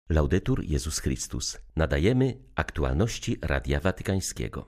Laudetur Jezus Chrystus. Nadajemy aktualności Radia Watykańskiego.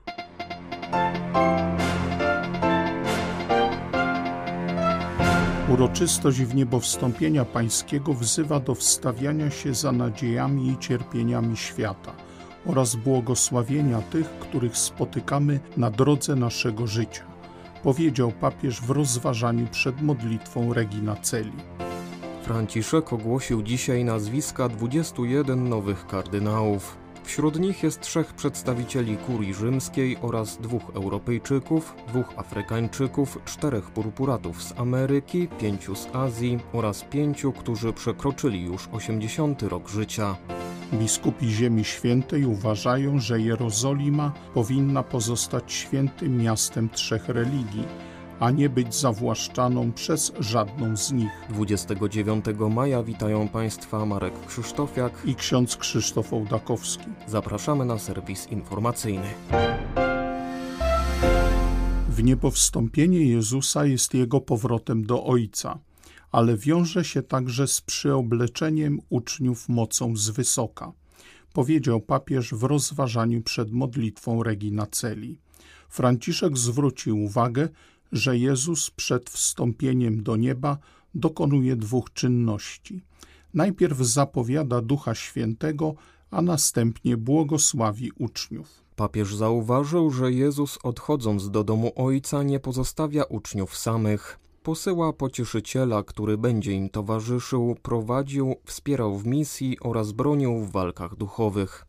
Uroczystość wniebowstąpienia Pańskiego wzywa do wstawiania się za nadziejami i cierpieniami świata oraz błogosławienia tych, których spotykamy na drodze naszego życia, powiedział papież w rozważaniu przed modlitwą Regina Coeli. Franciszek ogłosił dzisiaj nazwiska 21 nowych kardynałów. Wśród nich jest 3 przedstawicieli kurii rzymskiej oraz 2 Europejczyków, 2 Afrykańczyków, 4 purpuratów z Ameryki, 5 z Azji oraz 5, którzy przekroczyli już 80 rok życia. Biskupi Ziemi Świętej uważają, że Jerozolima powinna pozostać świętym miastem 3 religii, a nie być zawłaszczaną przez żadną z nich. 29 maja witają Państwa Marek Krzysztofiak i ksiądz Krzysztof Ołdakowski. Zapraszamy na serwis informacyjny. Wniebowstąpienie Jezusa jest Jego powrotem do Ojca, ale wiąże się także z przyobleczeniem uczniów mocą z wysoka, powiedział papież w rozważaniu przed modlitwą Regina Coeli. Franciszek zwrócił uwagę, że Jezus przed wstąpieniem do nieba dokonuje 2 czynności. Najpierw zapowiada Ducha Świętego, a następnie błogosławi uczniów. Papież zauważył, że Jezus, odchodząc do domu Ojca, nie pozostawia uczniów samych. Posyła pocieszyciela, który będzie im towarzyszył, prowadził, wspierał w misji oraz bronił w walkach duchowych.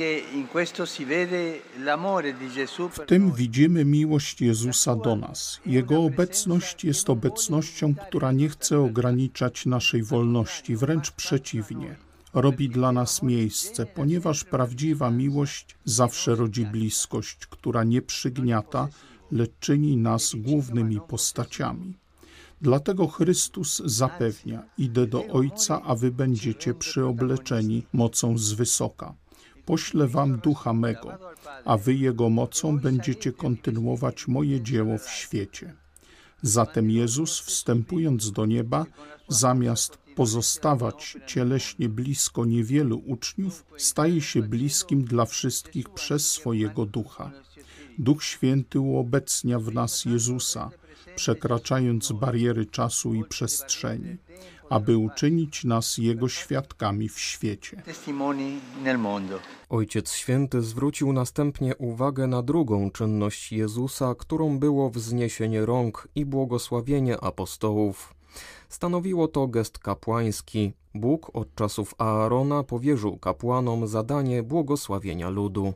W tym widzimy miłość Jezusa do nas. Jego obecność jest obecnością, która nie chce ograniczać naszej wolności, wręcz przeciwnie. Robi dla nas miejsce, ponieważ prawdziwa miłość zawsze rodzi bliskość, która nie przygniata, lecz czyni nas głównymi postaciami. Dlatego Chrystus zapewnia: idę do Ojca, a wy będziecie przyobleczeni mocą z wysoka. Poślę wam Ducha mego, a wy Jego mocą będziecie kontynuować moje dzieło w świecie. Zatem Jezus, wstępując do nieba, zamiast pozostawać cieleśnie blisko niewielu uczniów, staje się bliskim dla wszystkich przez swojego Ducha. Duch Święty uobecnia w nas Jezusa, przekraczając bariery czasu i przestrzeni, aby uczynić nas Jego świadkami w świecie. Ojciec Święty zwrócił następnie uwagę na drugą czynność Jezusa, którą było wzniesienie rąk i błogosławienie apostołów. Stanowiło to gest kapłański. Bóg od czasów Aarona powierzył kapłanom zadanie błogosławienia ludu.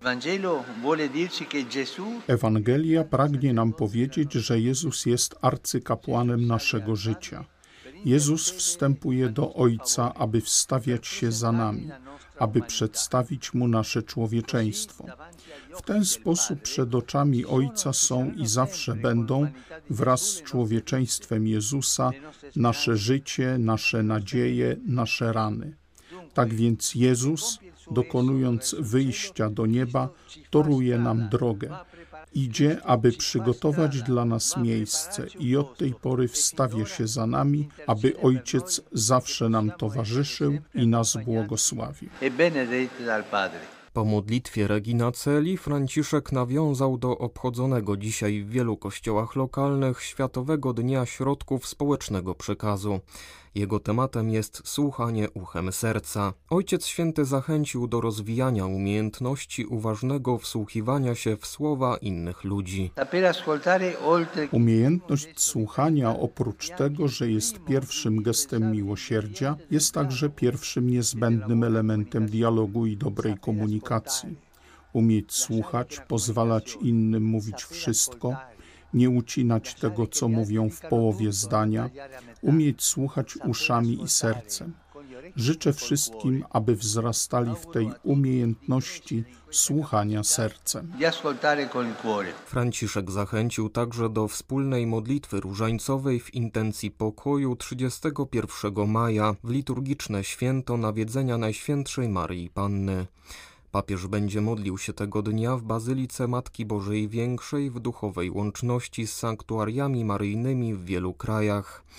Ewangelia pragnie nam powiedzieć, że Jezus jest arcykapłanem naszego życia. Jezus wstępuje do Ojca, aby wstawiać się za nami, aby przedstawić Mu nasze człowieczeństwo. W ten sposób przed oczami Ojca są i zawsze będą, wraz z człowieczeństwem Jezusa, nasze życie, nasze nadzieje, nasze rany. Tak więc Jezus, dokonując wyjścia do nieba, toruje nam drogę. Idzie, aby przygotować dla nas miejsce i od tej pory wstawia się za nami, aby Ojciec zawsze nam towarzyszył i nas błogosławił. Po modlitwie Regina Coeli Franciszek nawiązał do obchodzonego dzisiaj w wielu kościołach lokalnych Światowego Dnia Środków Społecznego Przekazu. Jego tematem jest słuchanie uchem serca. Ojciec Święty zachęcił do rozwijania umiejętności uważnego wsłuchiwania się w słowa innych ludzi. Umiejętność słuchania, oprócz tego, że jest pierwszym gestem miłosierdzia, jest także pierwszym niezbędnym elementem dialogu i dobrej komunikacji. Umieć słuchać, pozwalać innym mówić wszystko, nie ucinać tego, co mówią w połowie zdania, umieć słuchać uszami i sercem. Życzę wszystkim, aby wzrastali w tej umiejętności słuchania sercem. Franciszek zachęcił także do wspólnej modlitwy różańcowej w intencji pokoju 31 maja w liturgiczne święto nawiedzenia Najświętszej Maryi Panny. Papież będzie modlił się tego dnia w Bazylice Matki Bożej Większej w duchowej łączności z sanktuariami maryjnymi w wielu krajach.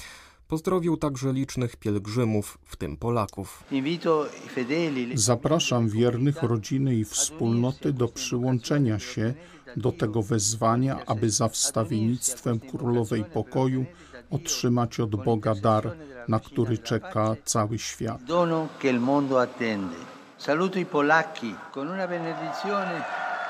Pozdrowił także licznych pielgrzymów, w tym Polaków. Zapraszam wiernych rodziny i wspólnoty do przyłączenia się do tego wezwania, aby za wstawiennictwem Królowej Pokoju otrzymać od Boga dar, na który czeka cały świat. Saluto i Polacchi con una benedizione.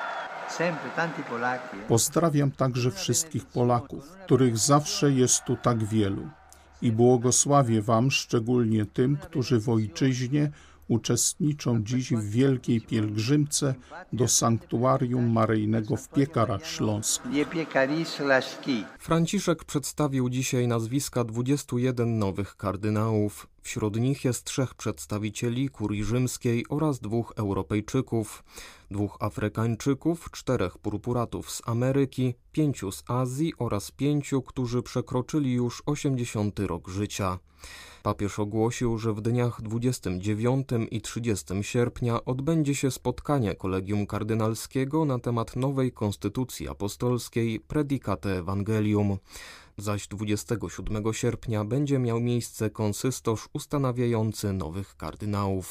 Pozdrawiam także wszystkich Polaków, których zawsze jest tu tak wielu. I błogosławię Wam, szczególnie tym, którzy w ojczyźnie uczestniczą dziś w wielkiej pielgrzymce do sanktuarium maryjnego w Piekarach Śląskich. Franciszek przedstawił dzisiaj nazwiska 21 nowych kardynałów. Wśród nich jest 3 przedstawicieli kurii rzymskiej oraz 2 Europejczyków, 2 Afrykańczyków, 4 purpuratów z Ameryki, 5 z Azji oraz 5, którzy przekroczyli już 80 rok życia. Papież ogłosił, że w dniach 29 i 30 sierpnia odbędzie się spotkanie Kolegium Kardynalskiego na temat nowej konstytucji apostolskiej Predicate Evangelium. Zaś 27 sierpnia będzie miał miejsce konsystosz ustanawiający nowych kardynałów.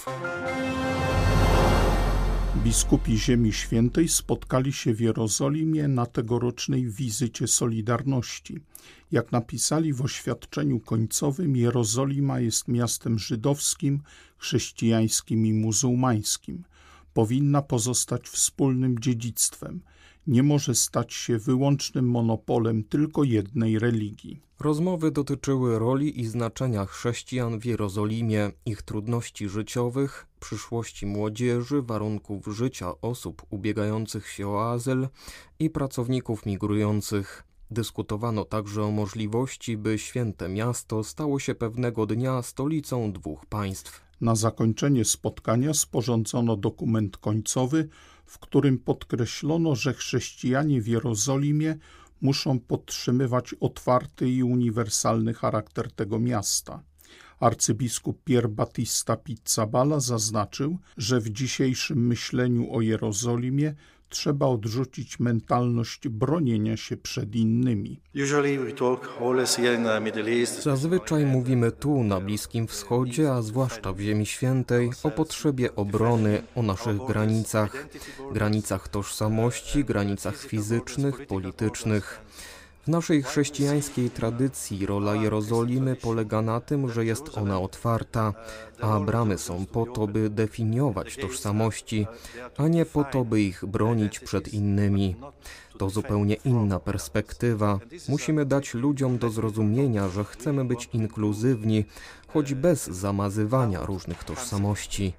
Biskupi Ziemi Świętej spotkali się w Jerozolimie na tegorocznej wizycie Solidarności. Jak napisali w oświadczeniu końcowym, Jerozolima jest miastem żydowskim, chrześcijańskim i muzułmańskim. Powinna pozostać wspólnym dziedzictwem. Nie może stać się wyłącznym monopolem tylko jednej religii. Rozmowy dotyczyły roli i znaczenia chrześcijan w Jerozolimie, ich trudności życiowych, przyszłości młodzieży, warunków życia osób ubiegających się o azyl i pracowników migrujących. Dyskutowano także o możliwości, by święte miasto stało się pewnego dnia stolicą 2 państw. Na zakończenie spotkania sporządzono dokument końcowy, w którym podkreślono, że chrześcijanie w Jerozolimie muszą podtrzymywać otwarty i uniwersalny charakter tego miasta. Arcybiskup Pier Battista Pizzaballa zaznaczył, że w dzisiejszym myśleniu o Jerozolimie trzeba odrzucić mentalność bronienia się przed innymi. Zazwyczaj mówimy tu, na Bliskim Wschodzie, a zwłaszcza w Ziemi Świętej, o potrzebie obrony, o naszych granicach tożsamości, granicach fizycznych, politycznych. W naszej chrześcijańskiej tradycji rola Jerozolimy polega na tym, że jest ona otwarta, a bramy są po to, by definiować tożsamości, a nie po to, by ich bronić przed innymi. To zupełnie inna perspektywa. Musimy dać ludziom do zrozumienia, że chcemy być inkluzywni, choć bez zamazywania różnych tożsamości.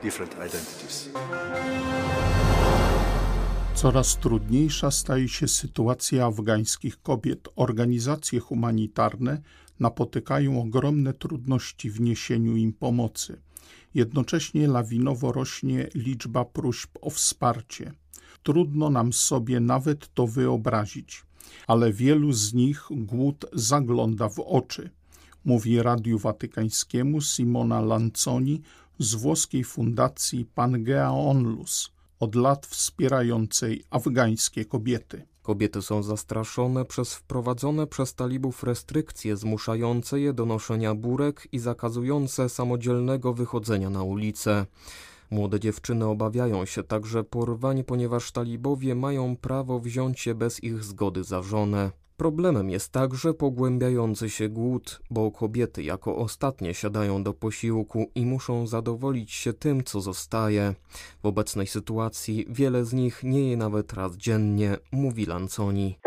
Coraz trudniejsza staje się sytuacja afgańskich kobiet. Organizacje humanitarne napotykają ogromne trudności w niesieniu im pomocy. Jednocześnie lawinowo rośnie liczba próśb o wsparcie. Trudno nam sobie nawet to wyobrazić, ale wielu z nich głód zagląda w oczy, mówi Radiu Watykańskiemu Simona Lanzoni z włoskiej fundacji Pangea Onlus, od lat wspierającej afgańskie kobiety. Kobiety są zastraszone przez wprowadzone przez talibów restrykcje zmuszające je do noszenia burek i zakazujące samodzielnego wychodzenia na ulicę. Młode dziewczyny obawiają się także porwań, ponieważ talibowie mają prawo wziąć je bez ich zgody za żonę. Problemem jest także pogłębiający się głód, bo kobiety jako ostatnie siadają do posiłku i muszą zadowolić się tym, co zostaje. W obecnej sytuacji wiele z nich nie je nawet raz dziennie, mówi Lanzoni.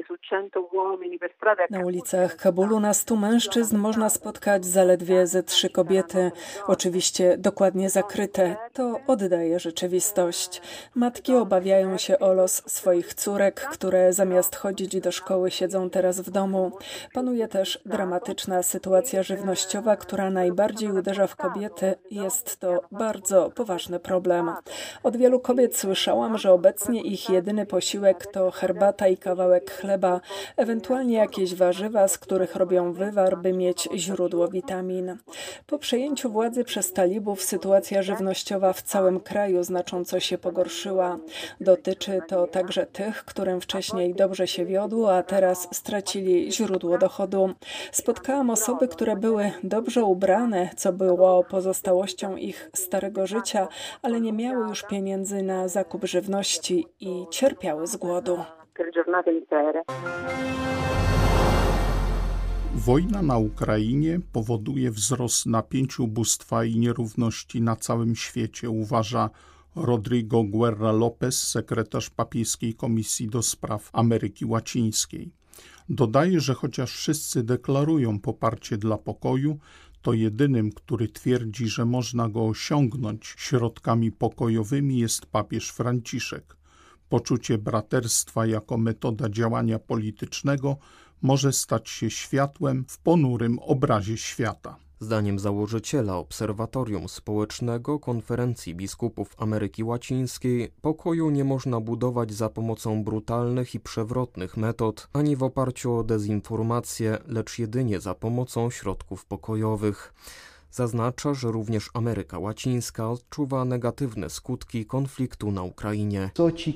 Na ulicach Kabulu na 100 mężczyzn można spotkać zaledwie ze 3 kobiety, oczywiście dokładnie zakryte. To oddaje rzeczywistość. Matki obawiają się o los swoich córek, które zamiast chodzić do szkoły siedzą teraz w domu. Panuje też dramatyczna sytuacja żywnościowa, która najbardziej uderza w kobiety. Jest to bardzo poważny problem. Od wielu kobiet słyszałam, że obecnie ich jedyny posiłek to herbata i kawałek chleba, ewentualnie jakieś warzywa, z których robią wywar, by mieć źródło witamin. Po przejęciu władzy przez talibów sytuacja żywnościowa w całym kraju znacząco się pogorszyła. Dotyczy to także tych, którym wcześniej dobrze się wiodło, a teraz teraz stracili źródło dochodu. Spotkałam osoby, które były dobrze ubrane, co było pozostałością ich starego życia, ale nie miały już pieniędzy na zakup żywności i cierpiały z głodu. Wojna na Ukrainie powoduje wzrost napięć, ubóstwa i nierówności na całym świecie, uważa Rodrigo Guerra López, sekretarz Papieskiej Komisji do Spraw Ameryki Łacińskiej. Dodaje, że chociaż wszyscy deklarują poparcie dla pokoju, to jedynym, który twierdzi, że można go osiągnąć środkami pokojowymi, jest papież Franciszek. Poczucie braterstwa jako metoda działania politycznego może stać się światłem w ponurym obrazie świata. Zdaniem założyciela Obserwatorium Społecznego Konferencji Biskupów Ameryki Łacińskiej, pokoju nie można budować za pomocą brutalnych i przewrotnych metod, ani w oparciu o dezinformację, lecz jedynie za pomocą środków pokojowych. Zaznacza, że również Ameryka Łacińska odczuwa negatywne skutki konfliktu na Ukrainie.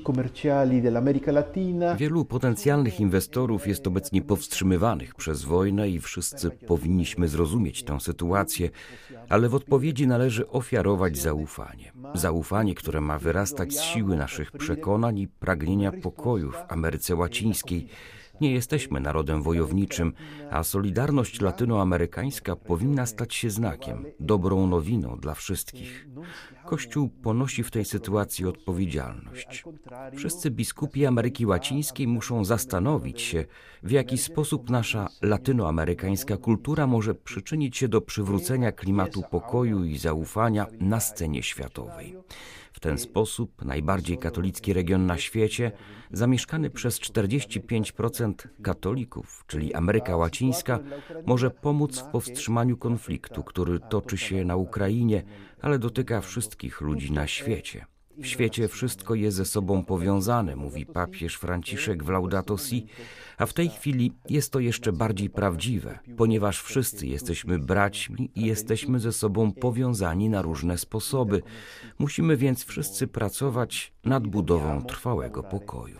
Wielu potencjalnych inwestorów jest obecnie powstrzymywanych przez wojnę i wszyscy powinniśmy zrozumieć tę sytuację, ale w odpowiedzi należy ofiarować zaufanie. Zaufanie, które ma wyrastać z siły naszych przekonań i pragnienia pokoju w Ameryce Łacińskiej. Nie jesteśmy narodem wojowniczym, a solidarność latynoamerykańska powinna stać się znakiem, dobrą nowiną dla wszystkich. Kościół ponosi w tej sytuacji odpowiedzialność. Wszyscy biskupi Ameryki Łacińskiej muszą zastanowić się, w jaki sposób nasza latynoamerykańska kultura może przyczynić się do przywrócenia klimatu pokoju i zaufania na scenie światowej. W ten sposób najbardziej katolicki region na świecie, zamieszkany przez 45% katolików, czyli Ameryka Łacińska, może pomóc w powstrzymaniu konfliktu, który toczy się na Ukrainie, ale dotyka wszystkich ludzi na świecie. W świecie wszystko jest ze sobą powiązane, mówi papież Franciszek w Laudato Si, a w tej chwili jest to jeszcze bardziej prawdziwe, ponieważ wszyscy jesteśmy braćmi i jesteśmy ze sobą powiązani na różne sposoby. Musimy więc wszyscy pracować nad budową trwałego pokoju.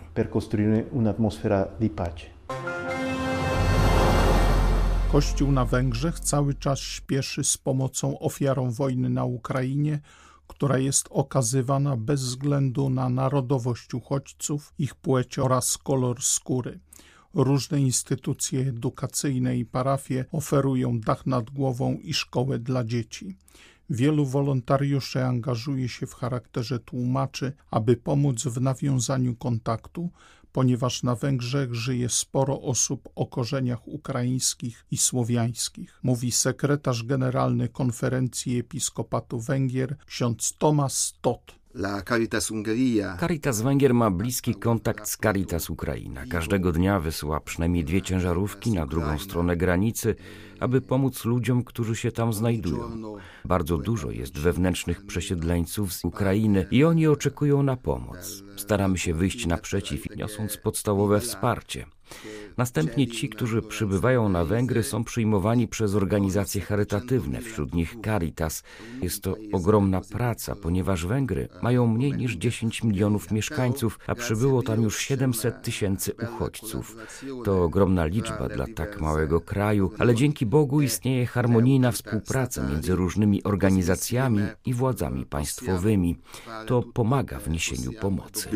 Kościół na Węgrzech cały czas śpieszy z pomocą ofiarom wojny na Ukrainie, która jest okazywana bez względu na narodowość uchodźców, ich płeć oraz kolor skóry. Różne instytucje edukacyjne i parafie oferują dach nad głową i szkołę dla dzieci. Wielu wolontariuszy angażuje się w charakterze tłumaczy, aby pomóc w nawiązaniu kontaktu, ponieważ na Węgrzech żyje sporo osób o korzeniach ukraińskich i słowiańskich, mówi sekretarz generalny Konferencji Episkopatu Węgier, ksiądz Tomasz Tot. Caritas Węgier ma bliski kontakt z Caritas Ukraina. Każdego dnia wysyła przynajmniej 2 ciężarówki na drugą stronę granicy, aby pomóc ludziom, którzy się tam znajdują. Bardzo dużo jest wewnętrznych przesiedleńców z Ukrainy i oni oczekują na pomoc. Staramy się wyjść naprzeciw, niosąc podstawowe wsparcie. Następnie ci, którzy przybywają na Węgry, są przyjmowani przez organizacje charytatywne, wśród nich Caritas. Jest to ogromna praca, ponieważ Węgry mają mniej niż 10 milionów mieszkańców, a przybyło tam już 700 000 uchodźców. To ogromna liczba dla tak małego kraju, ale dzięki Bogu istnieje harmonijna współpraca między różnymi organizacjami i władzami państwowymi. To pomaga w niesieniu pomocy.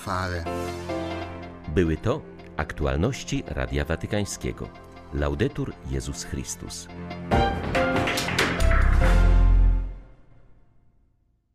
Były to aktualności Radia Watykańskiego. Laudetur Jezus Chrystus.